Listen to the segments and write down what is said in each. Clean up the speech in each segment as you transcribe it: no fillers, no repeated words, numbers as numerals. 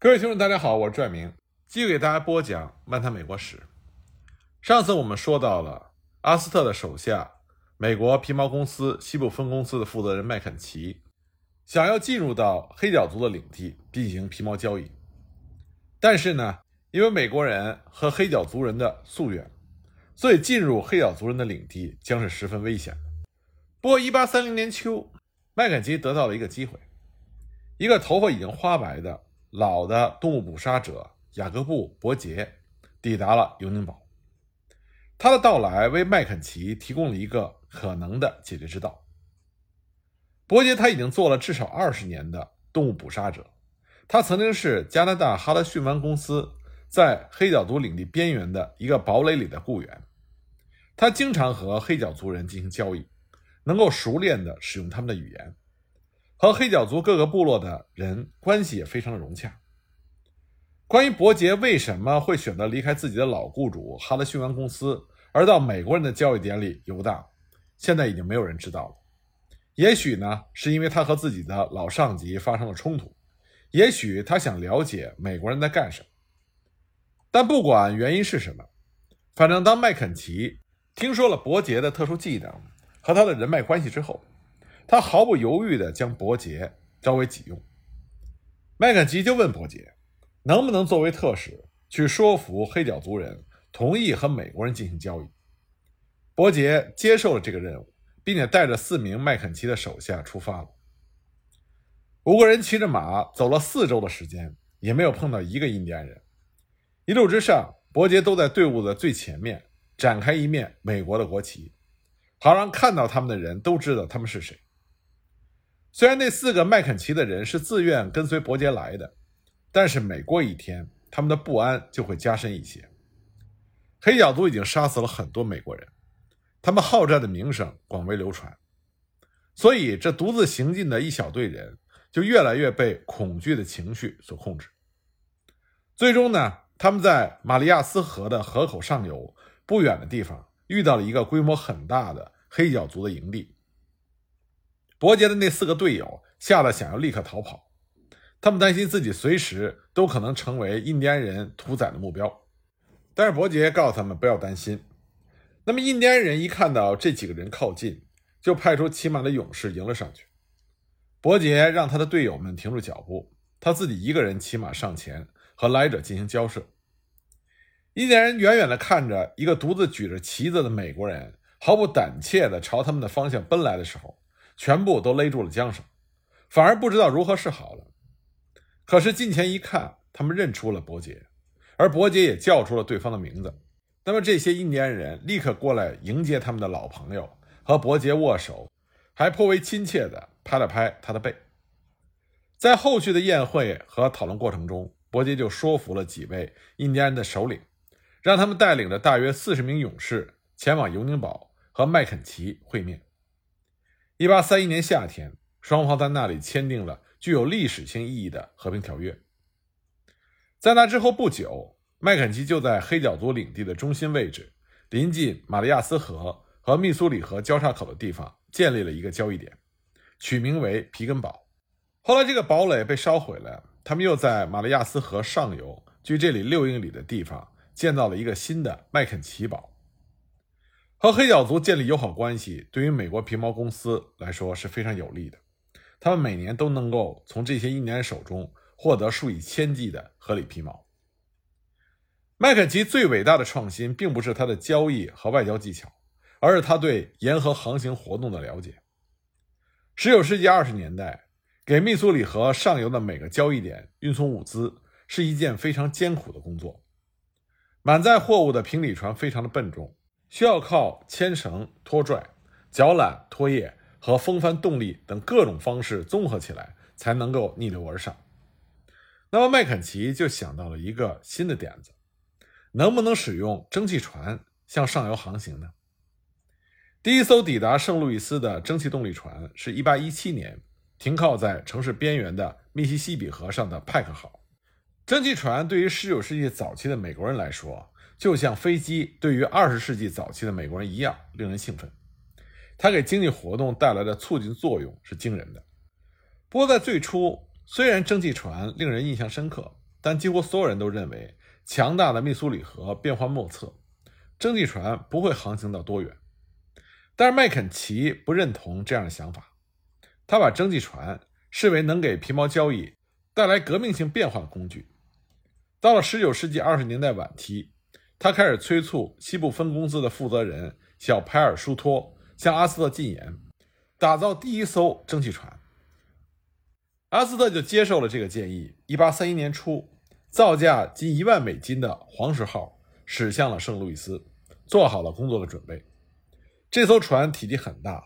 各位听众大家好，我是拽明，继续给大家播讲漫谈美国史。上次我们说到了阿斯特的手下美国皮毛公司西部分公司的负责人麦肯齐想要进入到黑脚族的领地进行皮毛交易，但是呢，因为美国人和黑脚族人的夙愿，所以进入黑脚族人的领地将是十分危险的。不过1830年秋，麦肯齐得到了一个机会，一个头发已经花白的老的动物捕杀者雅各布·伯杰抵达了尤宁堡。他的到来为麦肯齐提供了一个可能的解决之道。伯杰他已经做了至少20年的动物捕杀者，他曾经是加拿大哈德逊湾公司在黑脚族领地边缘的一个堡垒里的雇员，他经常和黑脚族人进行交易，能够熟练地使用他们的语言，和黑脚族各个部落的人关系也非常的融洽。关于伯杰为什么会选择离开自己的老雇主哈德逊湾公司而到美国人的交易点里游荡，现在已经没有人知道了。也许呢，是因为他和自己的老上级发生了冲突，也许他想了解美国人在干什么。但不管原因是什么，反正当麦肯齐听说了伯杰的特殊技能和他的人脉关系之后，他毫不犹豫地将伯杰招为己用。麦肯齐就问伯杰能不能作为特使去说服黑脚族人同意和美国人进行交易。伯杰接受了这个任务，并且带着4名麦肯齐的手下出发了。5个人骑着马走了4周的时间，也没有碰到一个印第安人。一路之上，伯杰都在队伍的最前面展开一面美国的国旗，好让看到他们的人都知道他们是谁。虽然那4个麦肯齐的人是自愿跟随伯杰来的，但是每过一天，他们的不安就会加深一些。黑脚族已经杀死了很多美国人，他们好战的名声广为流传，所以这独自行进的一小队人就越来越被恐惧的情绪所控制。最终呢，他们在马里亚斯河的河口上游不远的地方遇到了一个规模很大的黑脚族的营地。伯杰的那4个队友吓得想要立刻逃跑，他们担心自己随时都可能成为印第安人屠宰的目标。但是伯杰告诉他们不要担心。那么印第安人一看到这几个人靠近，就派出骑马的勇士迎了上去。伯杰让他的队友们停住脚步，他自己一个人骑马上前和来者进行交涉。印第安人远远地看着一个独自举着旗子的美国人毫不胆怯地朝他们的方向奔来的时候，全部都勒住了缰绳，反而不知道如何是好了。可是近前一看，他们认出了伯杰，而伯杰也叫出了对方的名字。那么这些印第安人立刻过来迎接他们的老朋友，和伯杰握手，还颇为亲切地拍了拍他的背。在后续的宴会和讨论过程中，伯杰就说服了几位印第安人的首领，让他们带领着大约40名勇士前往尤宁堡和麦肯齐会面。1831年夏天，双方在那里签订了具有历史性意义的和平条约。在那之后不久，麦肯齐就在黑脚族领地的中心位置，临近马里亚斯河和密苏里河交叉口的地方建立了一个交易点，取名为皮根堡。后来这个堡垒被烧毁了，他们又在马里亚斯河上游距这里6英里的地方建造了一个新的麦肯齐堡。和黑脚族建立友好关系对于美国皮毛公司来说是非常有利的，他们每年都能够从这些印第安手中获得数以千计的合理皮毛。麦肯齐最伟大的创新并不是他的交易和外交技巧，而是他对沿河航行活动的了解。19世纪20年代，给密苏里河上游的每个交易点运送物资是一件非常艰苦的工作。满载货物的平底船非常的笨重，需要靠牵绳、拖拽、脚缆、拖曳和风帆动力等各种方式综合起来才能够逆流而上。那么麦肯齐就想到了一个新的点子，能不能使用蒸汽船向上游航行呢？第一艘抵达圣路易斯的蒸汽动力船是1817年停靠在城市边缘的密西西比河上的派克号。蒸汽船对于19世纪早期的美国人来说，就像飞机对于20世纪早期的美国人一样令人兴奋，它给经济活动带来的促进作用是惊人的。不过在最初，虽然蒸汽船令人印象深刻， 但几乎所有人都认为强大的密苏里河变幻莫测，蒸汽船不会航行到多远。但是麦肯齐不认同这样的想法，他把蒸汽船视为能给皮毛交易带来革命性变化的工具。到了19世纪20年代晚期，他开始催促西部分公司的负责人小派尔舒托向阿斯特进言，打造第一艘蒸汽船。阿斯特就接受了这个建议。1831年初，造价近1万美金的黄石号驶向了圣路易斯，做好了工作的准备。这艘船体积很大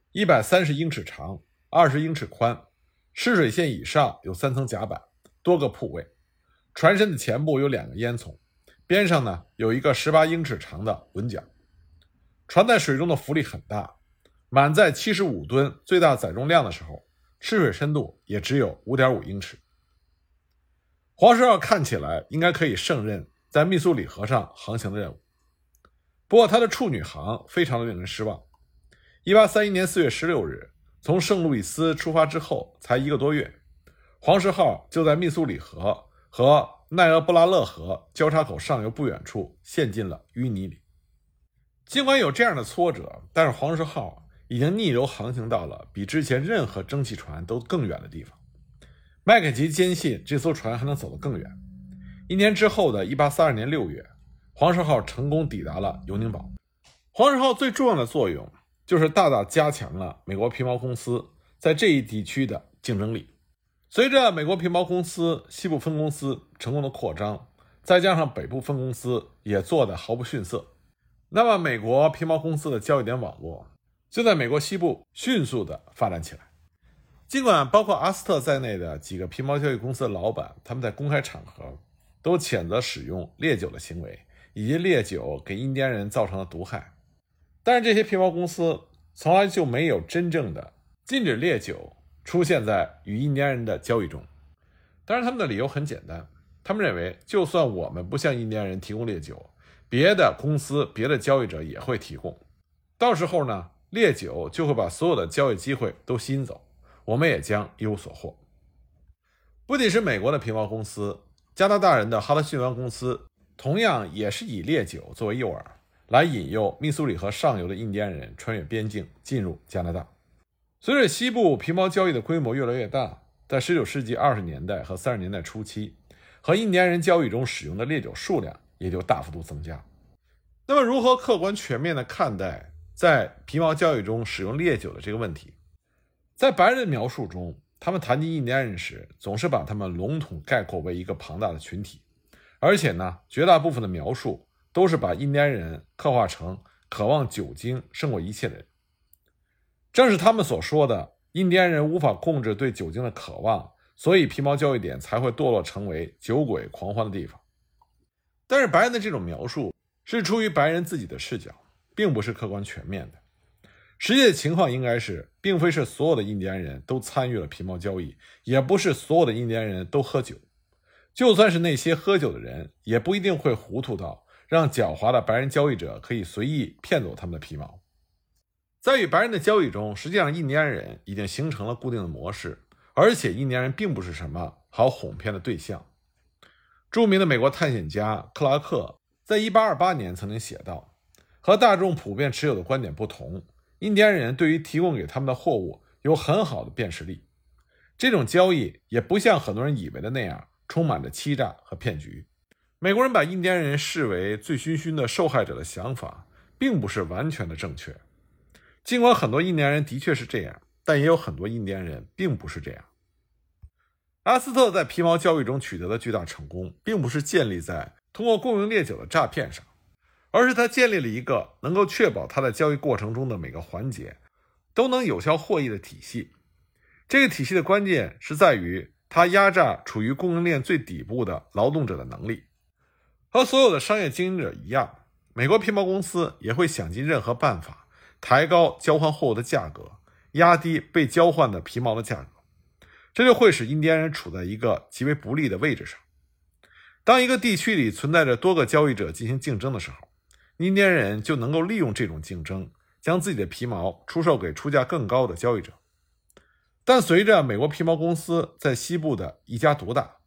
，130英尺长，20英尺宽，湿水线以上有3层甲板，多个铺位。船身的前部有2个烟囱，边上呢有一个18英尺长的轮桨。船在水中的浮力很大，满载75吨最大载重量的时候，吃水深度也只有 5.5 英尺。黄石号看起来应该可以胜任在密苏里河上航行的任务，不过它的处女航非常的令人失望。1831年4月16日从圣路易斯出发之后才1个多月，黄石号就在密苏里河和奈俄布拉勒河交叉口上游不远处陷进了淤泥里。尽管有这样的挫折，但是黄石号已经逆流航行到了比之前任何蒸汽船都更远的地方。麦肯齐坚信这艘船还能走得更远。1年之后的1832年6月，黄石号成功抵达了尤宁堡。黄石号最重要的作用就是大大加强了美国皮毛公司在这一地区的竞争力。随着美国皮毛公司西部分公司成功的扩张，再加上北部分公司也做得毫不逊色，那么美国皮毛公司的交易点网络就在美国西部迅速地发展起来。尽管包括阿斯特在内的几个皮毛交易公司的老板，他们在公开场合都谴责使用烈酒的行为以及烈酒给印第安人造成的毒害，但是这些皮毛公司从来就没有真正的禁止烈酒出现在与印第安人的交易中。当然他们的理由很简单，他们认为就算我们不向印第安人提供烈酒，别的公司别的交易者也会提供，到时候呢，烈酒就会把所有的交易机会都吸引走，我们也将一无所获。不仅是美国的皮毛公司，加拿大人的哈德逊湾公司同样也是以烈酒作为诱饵，来引诱密苏里河上游的印第安人穿越边境进入加拿大。随着西部皮毛交易的规模越来越大，在19世纪20年代和30年代初期，和印第安人交易中使用的烈酒数量也就大幅度增加。那么如何客观全面地看待在皮毛交易中使用烈酒的这个问题？在白人的描述中，他们谈及印第安人时总是把他们笼统概括为一个庞大的群体，而且呢，绝大部分的描述都是把印第安人刻画成渴望酒精胜过一切的人。正是他们所说的印第安人无法控制对酒精的渴望，所以皮毛交易点才会堕落成为酒鬼狂欢的地方。但是白人的这种描述是出于白人自己的视角，并不是客观全面的。实际的情况应该是，并非是所有的印第安人都参与了皮毛交易，也不是所有的印第安人都喝酒。就算是那些喝酒的人，也不一定会糊涂到让狡猾的白人交易者可以随意骗走他们的皮毛。在与白人的交易中，实际上印第安人已经形成了固定的模式，而且印第安人并不是什么好哄骗的对象。著名的美国探险家克拉克在1828年曾经写道，和大众普遍持有的观点不同，印第安人对于提供给他们的货物有很好的辨识力。这种交易也不像很多人以为的那样充满着欺诈和骗局。美国人把印第安人视为醉醺醺的受害者的想法并不是完全的正确。尽管很多印第安人的确是这样，但也有很多印第安人并不是这样。阿斯特在皮毛交易中取得的巨大成功，并不是建立在通过供应烈酒的诈骗上，而是他建立了一个能够确保他在交易过程中的每个环节都能有效获益的体系。这个体系的关键是在于他压榨处于供应链最底部的劳动者的能力。和所有的商业经营者一样，美国皮毛公司也会想尽任何办法抬高交换货物的价格，压低被交换的皮毛的价格，这就会使印第安人处在一个极为不利的位置上。当一个地区里存在着多个交易者进行竞争的时候，印第安人就能够利用这种竞争，将自己的皮毛出售给出价更高的交易者。但随着美国皮毛公司在西部的一家独大，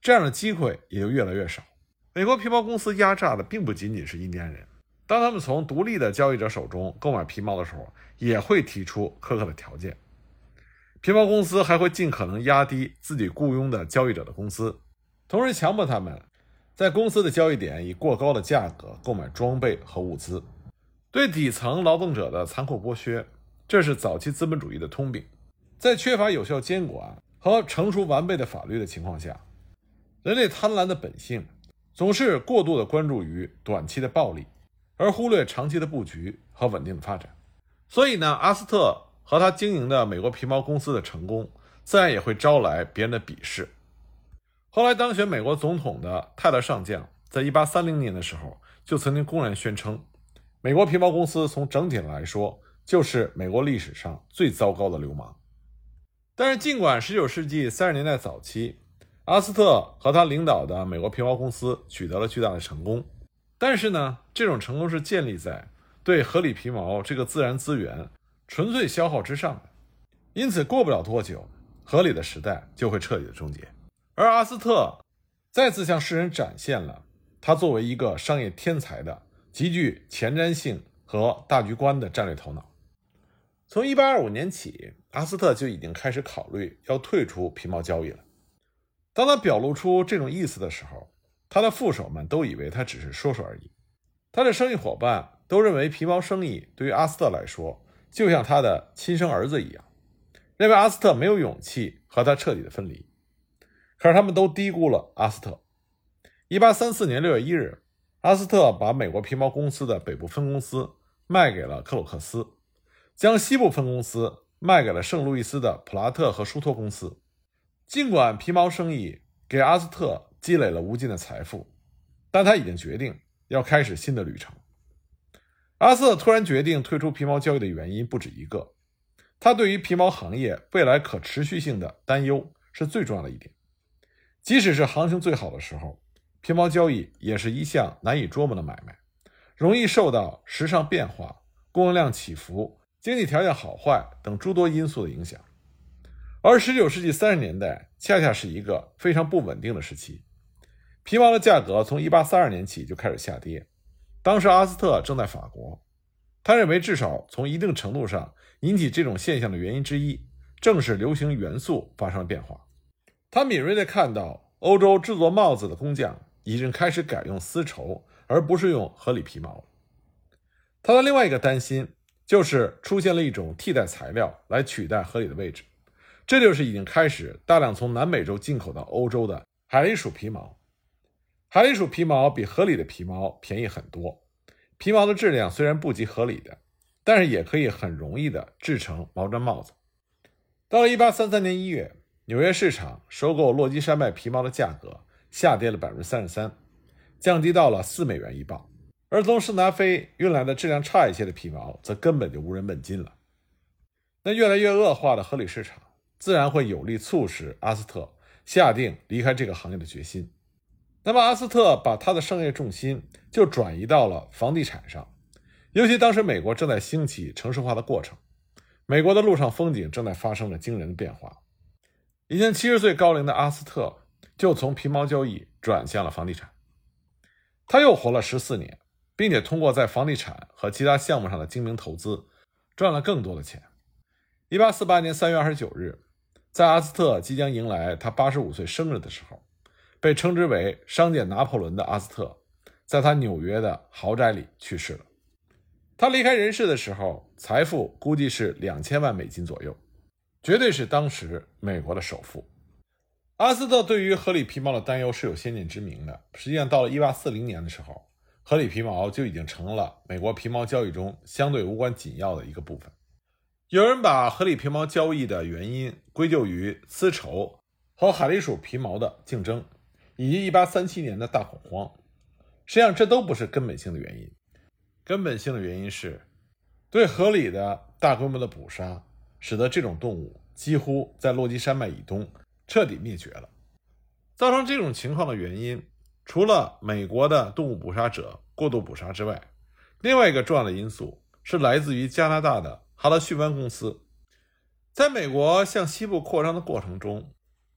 这样的机会也就越来越少。美国皮毛公司压榨的并不仅仅是印第安人，当他们从独立的交易者手中购买皮毛的时候，也会提出苛刻的条件。皮毛公司还会尽可能压低自己雇佣的交易者的工资，同时强迫他们在公司的交易点以过高的价格购买装备和物资。对底层劳动者的残酷剥削，这是早期资本主义的通病。在缺乏有效监管和成熟完备的法律的情况下，人类贪婪的本性总是过度的关注于短期的暴利，而忽略长期的布局和稳定的发展。所以呢，阿斯特和他经营的美国皮毛公司的成功，自然也会招来别人的鄙视。后来当选美国总统的泰勒上将，在1830年的时候，就曾经公然宣称，美国皮毛公司从整体来说，就是美国历史上最糟糕的流氓。但是尽管19世纪30年代早期，阿斯特和他领导的美国皮毛公司取得了巨大的成功，但是呢，这种成功是建立在对合理皮毛这个自然资源纯粹消耗之上的，因此过不了多久，合理的时代就会彻底的终结。而阿斯特再次向世人展现了他作为一个商业天才的极具前瞻性和大局观的战略头脑。从1825年起，阿斯特就已经开始考虑要退出皮毛交易了。当他表露出这种意思的时候，他的副手们都以为他只是说说而已。他的生意伙伴都认为皮毛生意对于阿斯特来说就像他的亲生儿子一样，认为阿斯特没有勇气和他彻底的分离。可是他们都低估了阿斯特。1834年6月1日，阿斯特把美国皮毛公司的北部分公司卖给了克鲁克斯，将西部分公司卖给了圣路易斯的普拉特和舒托公司。尽管皮毛生意给阿斯特积累了无尽的财富，但他已经决定要开始新的旅程。阿斯特突然决定退出皮毛交易的原因不止一个，他对于皮毛行业未来可持续性的担忧是最重要的一点。即使是行情最好的时候，皮毛交易也是一项难以捉摸的买卖，容易受到时尚变化、供应量起伏、经济条件好坏等诸多因素的影响。而19世纪30年代恰恰是一个非常不稳定的时期，皮毛的价格从1832年起就开始下跌。当时阿斯特正在法国，他认为至少从一定程度上引起这种现象的原因之一，正是流行元素发生了变化。他敏锐地看到欧洲制作帽子的工匠已经开始改用丝绸，而不是用合理皮毛。他的另外一个担心就是出现了一种替代材料来取代合理的位置，这就是已经开始大量从南美洲进口到欧洲的海狸鼠皮毛。海狸鼠皮毛比合理的皮毛便宜很多，皮毛的质量虽然不及合理的，但是也可以很容易的制成毛毡帽子。到了1833年1月，纽约市场收购落基山脉皮毛的价格下跌了 33%， 降低到了4美元一磅，而从圣达菲运来的质量差一些的皮毛则根本就无人问津了。那越来越恶化的合理市场自然会有力促使阿斯特下定离开这个行业的决心。那么阿斯特把他的商业重心就转移到了房地产上，尤其当时美国正在兴起城市化的过程，美国的陆上风景正在发生着惊人的变化。已经70岁高龄的阿斯特就从皮毛交易转向了房地产。他又活了14年，并且通过在房地产和其他项目上的精明投资赚了更多的钱。1848年3月29日，在阿斯特即将迎来他85岁生日的时候，被称之为商界拿破仑的阿斯特在他纽约的豪宅里去世了。他离开人世的时候，财富估计是2000万美金左右，绝对是当时美国的首富。阿斯特对于合理皮毛的担忧是有先见之明的，实际上到了1840年的时候，合理皮毛就已经成了美国皮毛交易中相对无关紧要的一个部分。有人把合理皮毛交易的原因归咎于丝绸和海狸鼠皮毛的竞争，以及1837年的大恐慌。实际上这都不是根本性的原因，根本性的原因是对合理的大规模的捕杀，使得这种动物几乎在落基山脉以东彻底灭绝了。造成这种情况的原因，除了美国的动物捕杀者过度捕杀之外，另外一个重要的因素是来自于加拿大的哈德逊湾公司。在美国向西部扩张的过程中，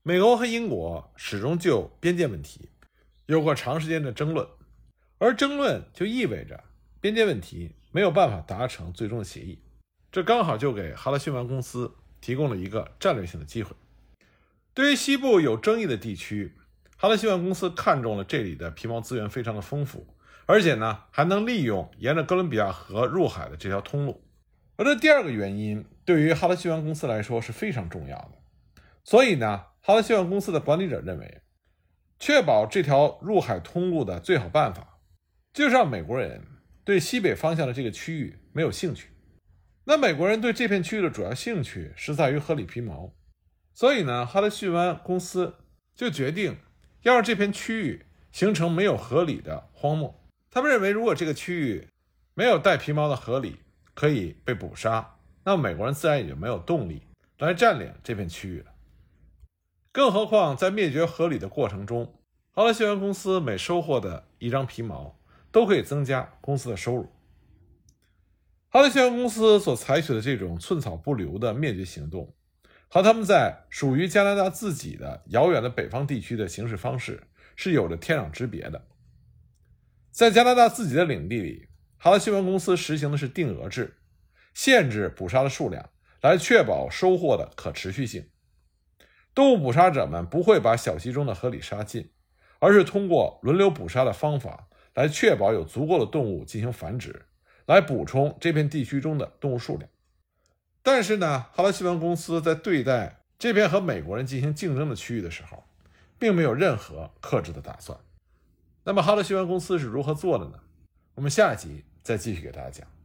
美国和英国始终就边界问题有过长时间的争论，而争论就意味着边界问题没有办法达成最终的协议，这刚好就给哈德逊湾公司提供了一个战略性的机会。对于西部有争议的地区，哈德逊湾公司看中了这里的皮毛资源非常的丰富，而且呢还能利用沿着哥伦比亚河入海的这条通路。而这第二个原因对于哈德逊湾公司来说是非常重要的，所以呢哈德逊湾公司的管理者认为，确保这条入海通路的最好办法就是让美国人对西北方向的这个区域没有兴趣。那美国人对这片区域的主要兴趣是在于河里皮毛，所以呢哈德逊湾公司就决定要让这片区域形成没有河里的荒漠。他们认为如果这个区域没有带皮毛的河里可以被捕杀，那么美国人自然也就没有动力来占领这片区域了。更何况在灭绝河里的过程中，哈德逊湾公司每收获的一张皮毛都可以增加公司的收入。哈德逊湾公司所采取的这种寸草不留的灭绝行动，和他们在属于加拿大自己的遥远的北方地区的行事方式是有着天壤之别的。在加拿大自己的领地里，哈德逊湾公司实行的是定额制，限制捕杀的数量，来确保收获的可持续性。动物捕杀者们不会把小溪中的河里杀尽，而是通过轮流捕杀的方法来确保有足够的动物进行繁殖，来补充这片地区中的动物数量。但是呢，哈德逊湾公司在对待这片和美国人进行竞争的区域的时候，并没有任何克制的打算。那么哈德逊湾公司是如何做的呢？我们下一集再继续给大家讲。